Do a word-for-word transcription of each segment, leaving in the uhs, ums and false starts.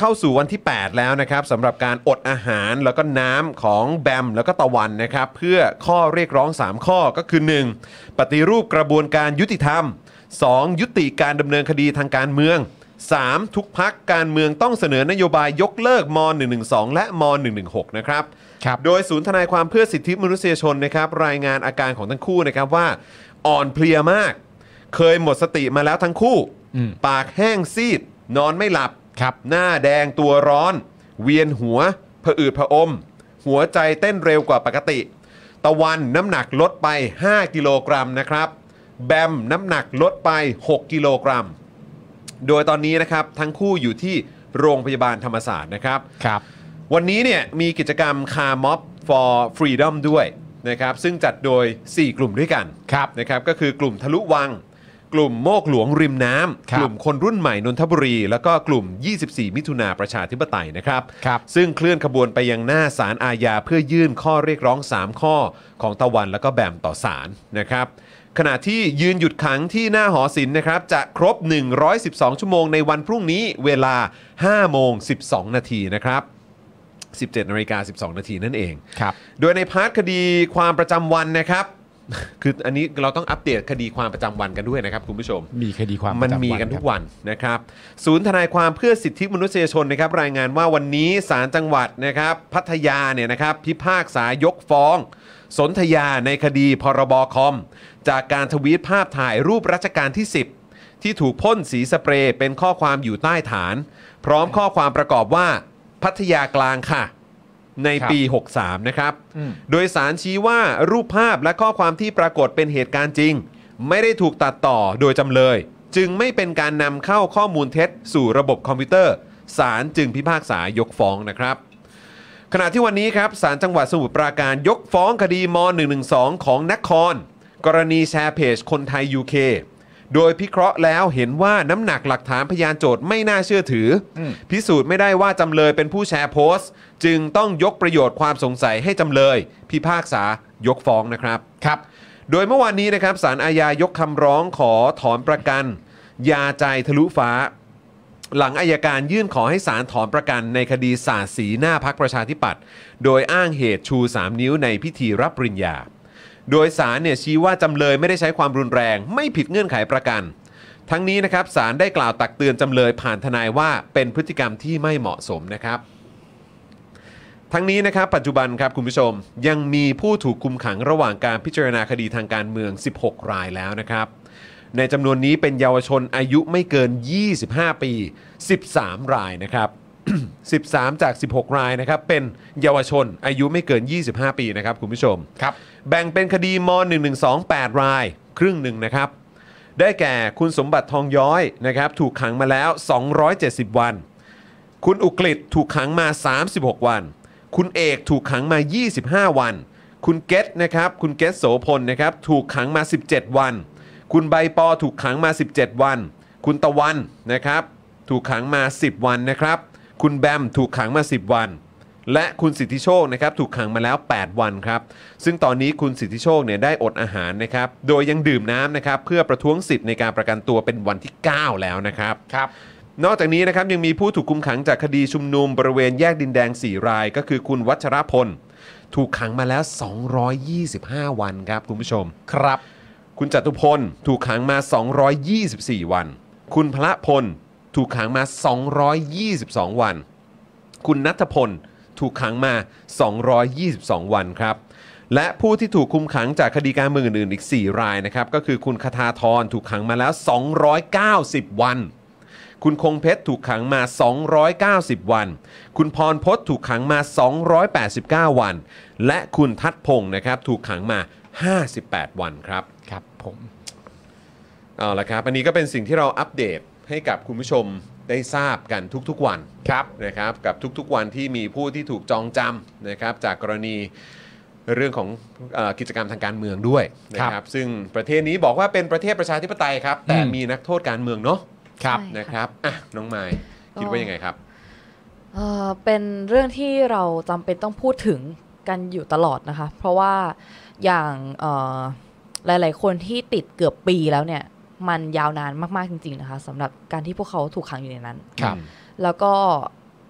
เข้าสู่วันที่แปดแล้วนะครับสำหรับการอดอาหารแล้วก็น้ำของแบมแล้วก็ตะวันนะครับเพื่อข้อเรียกร้องสามข้อก็คือ หนึ่ง ปฏิรูปกระบวนการยุติธรรม สอง ยุติการดำเนินคดีทางการเมือง สาม ทุกพรรคการเมืองต้องเสนอนโยบายยกเลิกม หนึ่งหนึ่งสอง และม หนึ่งหนึ่งหก นะครับโดยศูนย์ทนายความเพื่อสิทธิมนุษยชนนะครับรายงานอาการของทั้งคู่นะครับว่าอ่อนเพลียมากเคยหมดสติมาแล้วทั้งคู่ปากแห้งซีดนอนไม่หลับหน้าแดงตัวร้อนเวียนหัวผะอืดผะอมหัวใจเต้นเร็วกว่าปกติตะวันน้ำหนักลดไปห้ากิโลกรัมนะครับแบมน้ำหนักลดไปหกกิโลกรัมโดยตอนนี้นะครับทั้งคู่อยู่ที่โรงพยาบาลธรรมศาสตร์นะครับครับวันนี้เนี่ยมีกิจกรรม Car Mob for Freedom ด้วยนะครับซึ่งจัดโดยสี่กลุ่มด้วยกันนะครับก็คือกลุ่มทะลุวังกลุ่มโมกหลวงริมน้ำกลุ่มคนรุ่นใหม่นนทบุรีแล้วก็กลุ่มยี่สิบสี่มิถุนาประชาธิปไตยนะครับซึ่งเคลื่อนขบวนไปยังหน้าศาลอาญาเพื่อยื่นข้อเรียกร้องสามข้อของตะวันแล้วก็แบมต่อศาลนะครับขณะที่ยืนหยุดขังที่หน้าหอศิลป์นะครับจะครบหนึ่งร้อยสิบสองชั่วโมงในวันพรุ่งนี้เวลา ห้าโมงสิบสองนาทีนะครับสิบเจ็ดนาฬิกาสิบสองนาทีนั่นเองครับโดยในพาร์ทคดีความประจำวันนะครับคืออันนี้เราต้องอัปเดตคดีความประจำวันกันด้วยนะครับคุณผู้ชมมีคดีความมันมีกันทุกวันนะครับศูนย์ทนายความเพื่อสิทธิมนุษยชนนะครับรายงานว่าวันนี้ศาลจังหวัดนะครับพัทยาเนี่ยนะครับพิพากษายกฟ้องสนธยาในคดีพรบคอมจากการทวีตภาพถ่ายรูปรัชกาลที่สิบที่ถูกพ่นสีสเปรย์เป็นข้อความอยู่ใต้ฐานพร้อมข้อความประกอบว่าพัทยากลางค่ะในปีหกสามนะครับโดยสารชี้ว่ารูปภาพและข้อความที่ปรากฏเป็นเหตุการณ์จริงไม่ได้ถูกตัดต่อโดยจำเลยจึงไม่เป็นการนำเข้าข้อมูลเท็จสู่ระบบคอมพิวเตอร์ศาลจึงพิพากษายกฟ้องนะครับขณะที่วันนี้ครับศาลจังหวัดสมุทรปราการยกฟ้องคดีม หนึ่งหนึ่งสอง ของนครกรณีแชร์เพจคนไทย ยู เค โดยพิเคราะห์แล้วเห็นว่าน้ำหนักหลักฐานพยานโจทย์ไม่น่าเชื่อถือพิสูจน์ไม่ได้ว่าจำเลยเป็นผู้แชร์โพสต์จึงต้องยกประโยชน์ความสงสัยให้จำเลยพิพากษายกฟ้องนะครับครับโดยเมื่อวานนี้นะครับศาลอาญายกคำร้องขอถอนประกันยาใจทะลุฟ้าหลังอัยการยื่นขอให้ศาลถอนประกันในคดีสาดสีหน้าพรรคประชาธิปัตย์โดยอ้างเหตุชูสามนิ้วในพิธีรับปริญญาโดยศาลเนี่ยชี้ว่าจำเลยไม่ได้ใช้ความรุนแรงไม่ผิดเงื่อนไขประกันทั้งนี้นะครับศาลได้กล่าวตักเตือนจำเลยผ่านทนายว่าเป็นพฤติกรรมที่ไม่เหมาะสมนะครับทั้งนี้นะครับปัจจุบันครับคุณผู้ชมยังมีผู้ถูกคุมขังระหว่างการพิจารณาคดีทางการเมืองสิบหกรายแล้วนะครับในจำนวนนี้เป็นเยาวชนอายุไม่เกินยี่สิบห้าปีสิบสามรายนะครับ สิบสามจากสิบหกรายนะครับเป็นเยาวชนอายุไม่เกินยี่สิบห้าปีนะครับคุณผู้ชมครับแบ่งเป็นคดีม หนึ่งหนึ่งสอง แปดรายครึ่งหนึ่งนะครับได้แก่คุณสมบัติทองย้อยนะครับถูกขังมาแล้วสองร้อยเจ็ดสิบวันคุณอุกฤษถูกขังมาสามสิบหกวันคุณเอกถูกขังมายี่สิบห้าวันคุณเกตนะครับคุณเกตโสพลนะครับถูกขังมาสิบเจ็ดวันคุณใบปอถูกขังมาสิบเจ็ดวันคุณตะวันนะครับถูกขังมาสิบวันนะครับคุณแบมถูกขังมาสิบวันและคุณสิทธิโชคนะครับถูกขังมาแล้วแปดวันครับซึ่งตอนนี้คุณสิทธิโชคเนี่ยได้อดอาหารนะครับโดยยังดื่มน้ำนะครับเพื่อประท้วงสิทธิ์ในการประกันตัวเป็นวันที่เก้าแล้วนะครับครับนอกจากนี้นะครับยังมีผู้ถูกคุมขังจากคดีชุมนุมบริเวณแยกดินแดงสี่รายก็คือคุณวัชรพลถูกขังมาแล้วสองร้อยยี่สิบห้าวันครับคุณผู้ชมครับคุณจตุพลถูกขังมาสองร้อยยี่สิบสี่วันคุณพระพลถูกขังมาสองร้อยยี่สิบสองวันคุณณัฐพลถูกขังมาสองร้อยยี่สิบสองวันครับและผู้ที่ถูกคุมขังจากคดีการเมืองอื่นๆอีกสี่รายนะครับก็คือคุณคทาธรถูกขังมาแล้วสองร้อยเก้าสิบวันคุณคงเพชรถูกขังมาสองร้อยเก้าสิบวันคุณพรพจน์ถูกขังมาสองร้อยแปดสิบเก้าวันและคุณทัศพงศ์นะครับถูกขังมาห้าสิบแปดวันครับครับผมเอาละครับอันนี้ก็เป็นสิ่งที่เราอัปเดตให้กับคุณผู้ชมได้ทราบกันทุกๆวันครับนะครับกับทุกๆวันที่มีผู้ที่ถูกจองจำนะครับจากกรณีเรื่องของเอ่อกิจกรรมทางการเมืองด้วยนะครับซึ่งประเทศนี้บอกว่าเป็นประเทศประชาธิปไตยครับแต่มีนักโทษการเมืองเนาะครับนะครับอ่ะน้องไมค์คิดว่ายังไงครับเอ่อเป็นเรื่องที่เราจำเป็นต้องพูดถึงกันอยู่ตลอดนะคะเพราะว่าอย่างเอ่อหลายๆคนที่ติดเกือบปีแล้วเนี่ยมันยาวนานมากๆจริงๆนะคะสำหรับการที่พวกเขาถูกขังอยู่ในนั้นครับแล้วก็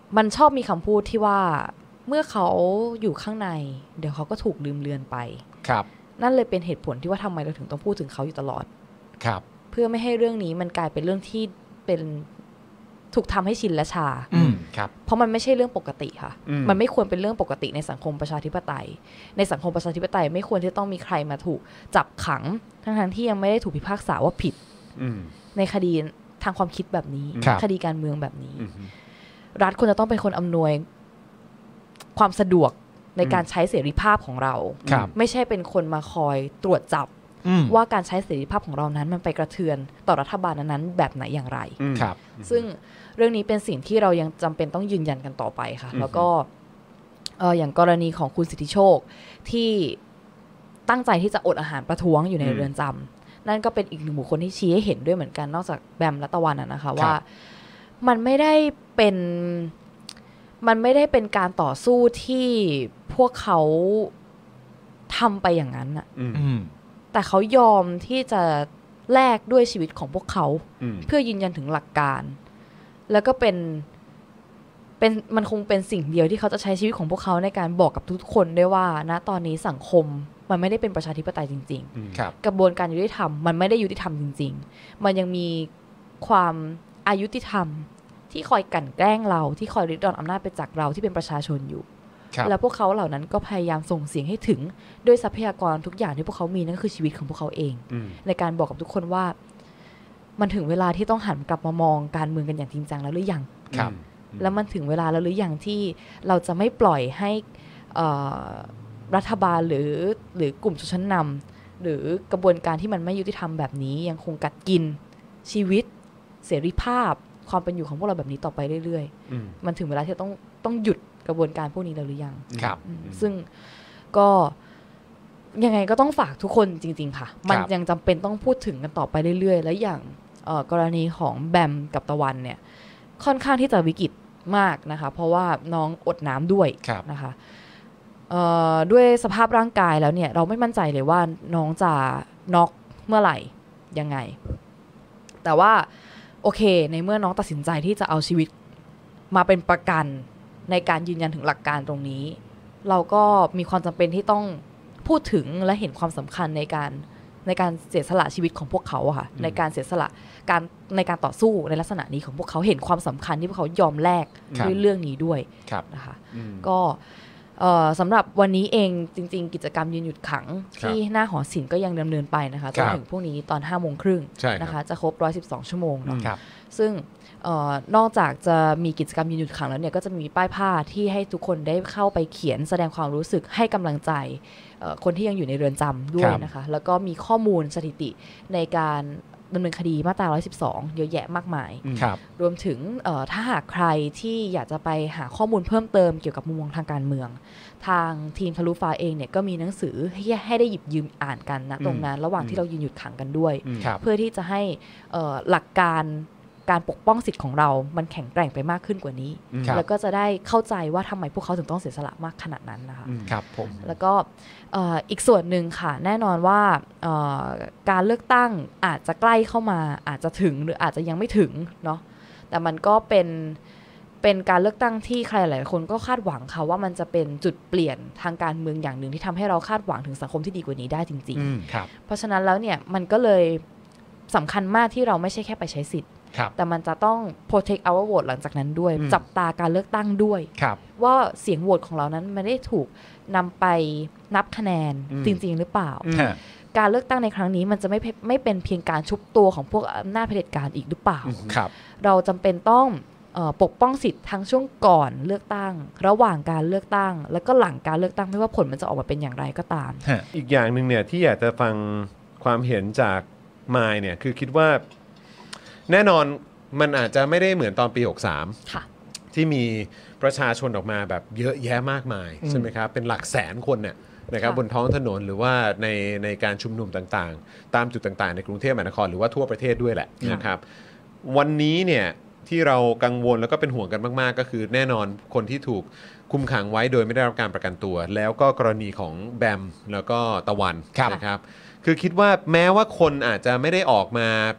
มันชอบมีคำพูดที่ว่าเมื่อเขาอยู่ข้างในเดี๋ยวเขาก็ถูกลืมเลือนไปครับนั่นเลยเป็นเหตุผลที่ว่าทำไมเราถึงต้องพูดถึงเขาอยู่ตลอดครับเพื่อไม่ให้เรื่องนี้มันกลายเป็นเรื่องที่เป็นถูกทำให้ชินและชาเพราะมันไม่ใช่เรื่องปกติค่ะมันไม่ควรเป็นเรื่องปกติในสังคมประชาธิปไตยในสังคมประชาธิปไตยไม่ควรที่ต้องมีใครมาถูกจับขังทั้งๆที่ยังไม่ได้ถูกพิพากษาว่าผิดในคดีทางความคิดแบบนี้คดีการเมืองแบบนี้รัฐควรจะต้องเป็นคนอำนวยความสะดวกในการใช้เสรีภาพของเราไม่ใช่เป็นคนมาคอยตรวจจับว่าการใช้เสรีภาพของเรานั้นมันไปกระเทือนต่อรัฐบาลนั้นๆแบบไหนอย่างไรซึ่งเรื่องนี้เป็นสิ่งที่เรายังจำเป็นต้องยืนยันกันต่อไปค่ะแล้วก็เอออย่างกรณีของคุณสิทธิโชคที่ตั้งใจที่จะอดอาหารประท้วงอยู่ในเรือนจำนั่นก็เป็นอีกหนึ่งบุคคลที่ชี้ให้เห็นด้วยเหมือนกันนอกจากแบมและตะวันนะคะว่ามันไม่ได้เป็นมันไม่ได้เป็นการต่อสู้ที่พวกเขาทำไปอย่างนั้นอะแต่เขายอมที่จะแลกด้วยชีวิตของพวกเขาเพื่อยืนยันถึงหลักการแล้วก็เป็นเป็นมันคงเป็นสิ่งเดียวที่เขาจะใช้ชีวิตของพวกเขาในการบอกกับทุกคนได้ว่าณตอนนี้สังคมมันไม่ได้เป็นประชาธิปไตยจริงๆกระบวนการยุติธรรมมันไม่ได้ยุติธรรมจริงๆมันยังมีความอายุติธรรมที่คอยกลั่นแกล้งเราที่คอยริดรอนอำนาจไปจากเราที่เป็นประชาชนอยู่แล้วพวกเขาเหล่านั้นก็พยายามส่งเสียงให้ถึงด้วยทรัพยากรทุกอย่างที่พวกเขามีนั่นก็คือชีวิตของพวกเขาเองในการบอกกับทุกคนว่ามันถึงเวลาที่ต้องหันกลับมามองการเมืองกันอย่างจริงจังแล้วหรือยังแล้วมันถึงเวลาแล้วหรือยังที่เราจะไม่ปล่อยให้รัฐบาลหรือหรือกลุ่มชนชั้นนำหรือกระบวนการที่มันไม่ยุติธรรมแบบนี้ยังคงกัดกินชีวิตเสรีภาพความเป็นอยู่ของพวกเราแบบนี้ต่อไปเรื่อยๆมันถึงเวลาที่ต้องต้องหยุดกระบวนการพวกนี้แล้วหรือยังครับซึ่งก็ยังไงก็ต้องฝากทุกคนจริงๆค่ะมันยังจำเป็นต้องพูดถึงกันต่อไปเรื่อยๆและอย่างกรณีของแบมกับตะวันเนี่ยค่อนข้างที่จะวิกฤตมากนะคะเพราะว่าน้องอดน้ำด้วยนะคะด้วยสภาพร่างกายแล้วเนี่ยเราไม่มั่นใจเลยว่าน้องจะน็อกเมื่อไหร่ยังไงแต่ว่าโอเคในเมื่อน้องตัดสินใจที่จะเอาชีวิตมาเป็นประกันในการยืนยันถึงหลักการตรงนี้เราก็มีความจำเป็นที่ต้องพูดถึงและเห็นความสำคัญในการในการเสียสละชีวิตของพวกเขาค่ะในการเสียสละการในการต่อสู้ในลักษณะนี้ของพวกเขาเห็นความสำคัญที่พวกเขายอมแลกด้วยเรื่องนี้ด้วยนะคะก็สำหรับวันนี้เองจริงๆกิจกรรมยืนหยุดขังที่หน้าหอศิลป์ก็ยังดำเนินไปนะคะจนถึงพรุ่งนี้ตอนห้าโมงครึ่งนะคะจะครบหนึ่งร้อยสิบสองชั่วโมงเนาะซึ่งนอกจากจะมีกิจกรรมยืนหยุดขังแล้วเนี่ยก็จะมีป้ายผ้าที่ให้ทุกคนได้เข้าไปเขียนแสดงความรู้สึกให้กำลังใจคนที่ยังอยู่ในเรือนจำด้วยนะคะแล้วก็มีข้อมูลสถิติในการดำเนินคดีมาตราหนึ่งร้อยสิบสองเยอะแยะมากมายร, รวมถึงถ้าหากใครที่อยากจะไปหาข้อมูลเพิ่มเติมเกี่ยวกับมุมมองทางการเมืองทางทีมทะลุฟ้าเองเนี่ยก็มีหนังสือให้ให้ได้หยิบยืมอ่านกันนะตรงนั้นระหว่างที่เรายืนหยุดขังกันด้วยเพื่อที่จะให้หลักการการปกป้องสิทธิ์ของเรามันแข็งแกร่งไปมากขึ้นกว่านี้แล้วก็จะได้เข้าใจว่าทำไมพวกเขาถึงต้องเสียสละมากขนาดนั้นนะคะครับผมแล้วก็อีกส่วนหนึ่งค่ะแน่นอนว่าการเลือกตั้งอาจจะใกล้เข้ามาอาจจะถึงหรืออาจจะยังไม่ถึงเนาะแต่มันก็เป็นเป็นการเลือกตั้งที่ใครหลายคนก็คาดหวังค่ะว่ามันจะเป็นจุดเปลี่ยนทางการเมืองอย่างหนึ่งที่ทำให้เราคาดหวังถึงสังคมที่ดีกว่านี้ได้จริงๆเพราะฉะนั้นแล้วเนี่ยมันก็เลยสำคัญมากที่เราไม่ใช่แค่ไปใช้สิทธิ์แต่มันจะต้อง protect our vote หลังจากนั้นด้วยจับตาการเลือกตั้งด้วยว่าเสียงโหวตของเรานั้นไม่ได้ถูกนำไปนับคะแนนจริงๆหรือเปล่าการเลือกตั้งในครั้งนี้มันจะไม่ไม่เป็นเพียงการชุบตัวของพวกอำนาจเผด็จการอีกหรือเปล่าเราจำเป็นต้องปกป้องสิทธิ์ทั้งช่วงก่อนเลือกตั้งระหว่างการเลือกตั้งแล้วก็หลังการเลือกตั้งไม่ว่าผลมันจะออกมาเป็นอย่างไรก็ตามอีกอย่างนึงเนี่ยที่อยากจะฟังความเห็นจากมายเนี่ยคือคิดว่าแน่นอนมันอาจจะไม่ได้เหมือนตอนปีหกสามค่ะที่มีประชาชนออกมาแบบเยอะแยะมากมายใช่ไหมครับเป็นหลักแสนคนเนี่ยนะครับบนท้องถนนหรือว่าในในการชุมนุมต่างๆตามจุดต่างๆในกรุงเทพมหานครหรือว่าทั่วประเทศด้วยแหละนะครับวันนี้เนี่ยที่เรากังวลแล้วก็เป็นห่วงกันมากๆก็คือแน่นอนคนที่ถูกคุมขังไว้โดยไม่ได้รับการประกันตัวแล้วก็กรณีของแบมแล้วก็ตะวันนะครับคือคิดว่าแม้ว่าคนอาจจะไม่ได้ออกมา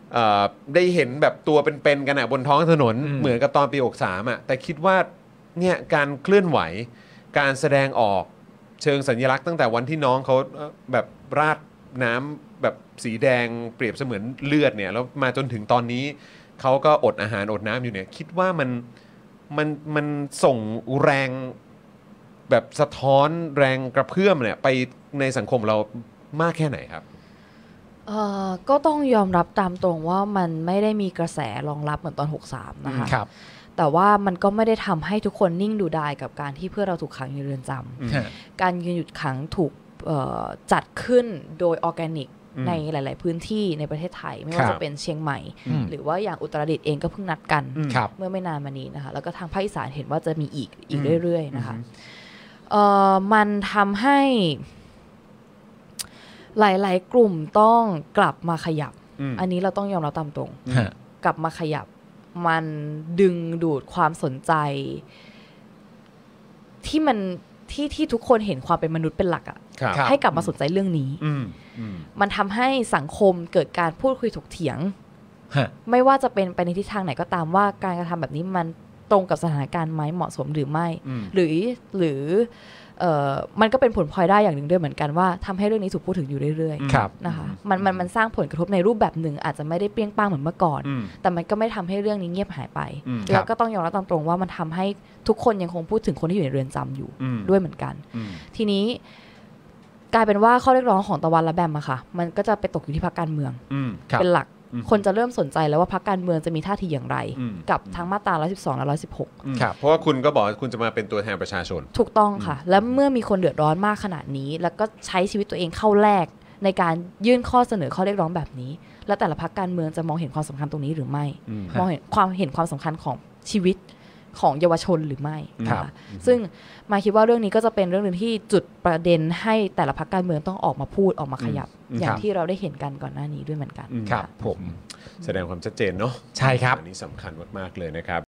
เอ่อได้เห็นแบบตัวเป็นๆกันอะบนท้องถนนอืมเหมือนกับตอนปีหกสามอะแต่คิดว่าเนี่ยการเคลื่อนไหวการแสดงออกเชิงสัญลักษณ์ตั้งแต่วันที่น้องเขาเอ่อแบบราดน้ำแบบสีแดงเปรียบเสมือนเลือดเนี่ยแล้วมาจนถึงตอนนี้เขาก็อดอาหารอดน้ำอยู่เนี่ยคิดว่ามันมันมันส่งแรงแบบสะท้อนแรงกระเพื่อมเนี่ยไปในสังคมเรามากแค่ไหนครับเอ่อก็ต้องยอมรับตามตรงว่ามันไม่ได้มีกระแสรองรับเหมือนตอนหกสามนะคะครับแต่ว่ามันก็ไม่ได้ทำให้ทุกคนนิ่งดูดายกับการที่เพื่อนเราถูกขังอยู่ในเรือนจำฮะการยืนหยุดขังถูกเอ่อจัดขึ้นโดยออร์แกนิกอืมในหลาย ๆ พื้นที่ในประเทศไทย ไม่ครัว่าบจะเป็นเชียงใหม่อืมหรือว่าอย่างอุตรดิตถ์เองก็เพิ่งนัดกันอืมครับเมื่อไม่นานมานี้นะคะแล้วก็ทางภาคอีสานเห็นว่าจะมีอีกอีกอืมเรื่อย ๆ นะคะอืมเอ่อมันทำให้หลาย ๆ กลุ่มต้องกลับมาขยับอืมอันนี้เราต้องยอมรับตามตรงฮะกลับมาขยับ มันดึงดูดความสนใจ ที่มันที่ที่ทุกคนเห็นความเป็นมนุษย์เป็นหลักอะครับครับให้กลับมาสนใจเรื่องนี้อืมอืมมันทำให้สังคมเกิดการพูดคุยถกเถียงฮะไม่ว่าจะเป็นไปในทิศทางไหนก็ตามว่าการกระทำแบบนี้มันตรงกับสถานการณ์ไหมเหมาะสมหรือไม่อืมหรือหรือเอ่อมันก็เป็นผลพลอยได้อย่างหนึ่งด้วยเหมือนกันว่าทำให้เรื่องนี้ถูกพูดถึงอยู่เรื่อยครับๆนะคะมันมันมันสร้างผลกระทบในรูปแบบหนึ่งอาจจะไม่ได้เปรี้ยงป้างเหมือนเมื่อก่อนอืมแต่มันก็ไม่ทำให้เรื่องนี้เงียบหายไปอืมแล้วก็ต้องยอมรับตามตรงว่ามันทำให้ทุกคนยังคงพูดถึงคนที่อยู่ในเรือนจำอยู่อืมด้วยเหมือนกันอืมทีนี้กลายเป็นว่าข้อเรียกร้องของตะวันและแบมอะค่ะ มันก็จะไปตกอยู่ที่พรรคการเมืองอืมครับเป็นหลักอืมคนจะเริ่มสนใจแล้วว่าพรรคการเมืองจะมีท่าทีอย่างไรอืมกับทั้งมาตราหนึ่งร้อยสิบสองและหนึ่งร้อยสิบหกอืมครับเพราะว่าคุณก็บอกว่าคุณจะมาเป็นตัวแทนประชาชนถูกต้องค่ะ และเมื่อมีคนเดือดร้อนมากขนาดนี้ แล้วก็ใช้ชีวิตตัวเองเข้าแลกในการยื่นข้อเสนอข้อเรียกร้องแบบนี้ แล้วแต่ละพรรคการเมืองจะมองเห็นความสำคัญตรงนี้หรือไม่อืมมองเห็นความเห็นความสำคัญของชีวิตของเยาวชนหรือไม่ครันะบคะซึ่งมาคิดว่าเรื่องนี้ก็จะเป็นเรื่องหนึ่งที่จุดประเด็นให้แต่ละพรรคการเมืองต้องออกมาพูดออกมาขยับอืมอย่าคงรับที่เราได้เห็นกันก่อนหน้านี้ด้วยเหมือนกันอืมครับผมแสดงความชัดเจนเนาะใช่ครับอันนี้สำคัญมากๆเลยนะครับ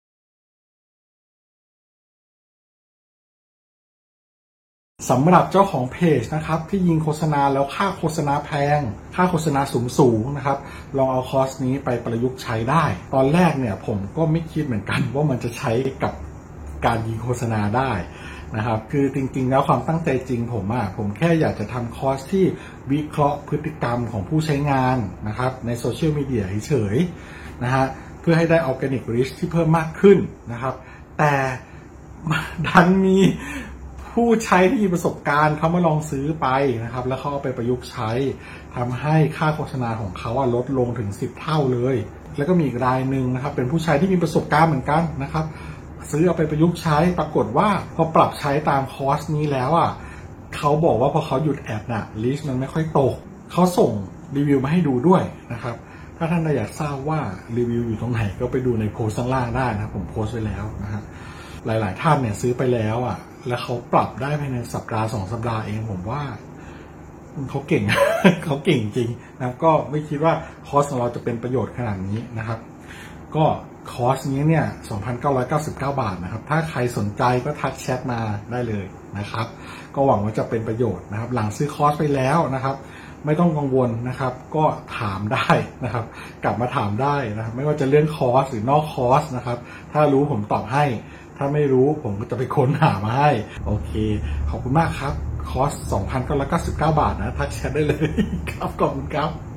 สำหรับเจ้าของเพจนะครับที่ยิงโฆษณาแล้วค่าโฆษณาแพงค่าโฆษณาสูงสูงนะครับลองเอาคอร์สนี้ไปประยุกต์ใช้ได้ ตอนแรกเนี่ยผมก็ไม่คิดเหมือนกันว่ามันจะใช้กับการยิงโฆษณาได้นะครับคือจริงๆแล้วความตั้งใจจริงผมอะผมแค่อยากจะทำคอร์สที่วิเคราะห์พฤติกรรมของผู้ใช้งานนะครับในโซเชียลมีเดียเฉยๆนะฮะเพื่อให้ได้ออร์แกนิกริชที่เพิ่มมากขึ้นนะครับแต่ดันมีผู้ใช้ที่มีประสบการณ์เขามาลองซื้อไปนะครับแล้วเขาเอาไปประยุกต์ใช้ทำให้ค่าโฆษณาของเขาลดลงถึงสิบเท่าเลยแล้วก็มีอีกรายหนึ่งนะครับเป็นผู้ใช้ที่มีประสบการณ์เหมือนกันนะครับซื้อเอาไปประยุกต์ใช้ปรากฏว่าพอปรับใช้ตามคอร์สนี้แล้วอ่ะเขาบอกว่าพอเขาหยุดแอดน่ะลิสต์มันไม่ค่อยตกเขาส่งรีวิวมาให้ดูด้วยนะครับถ้าท่านอยากทราบว่ารีวิวอยู่ตรงไหนก็ไปดูในโพสต์ข้างล่างได้นะครับผมโพสต์ไว้แล้วนะฮะหลายๆท่านเนี่ยซื้อไปแล้วอ่ะแล้วเขาปรับได้ภายในสัปดาห์สองสัปดาห์เองผมว่าเขาเก่ง เขาเก่งจริงนะครับก็ไม่คิดว่าคอร์สของเราจะเป็นประโยชน์ขนาดนี้นะครับก็คอร์สนี้เนี่ย สองพันเก้าร้อยเก้าสิบเก้า บาทนะครับถ้าใครสนใจก็ทักแชทมาได้เลยนะครับก็หวังว่าจะเป็นประโยชน์นะครับหลังซื้อคอร์สไปแล้วนะครับไม่ต้องกังวลนะครับก็ถามได้นะครับกลับมาถามได้นะครับไม่ว่าจะเรื่องคอร์สหรือนอกคอร์สนะครับถ้ารู้ผมตอบให้ถ้าไม่รู้ผมก็จะไปค้นหามาให้โอเคขอบคุณมากครับคอร์ส สองพันเก้าร้อยเก้าสิบเก้า บาทนะทักแชทได้เลยครับขอบคุณครับ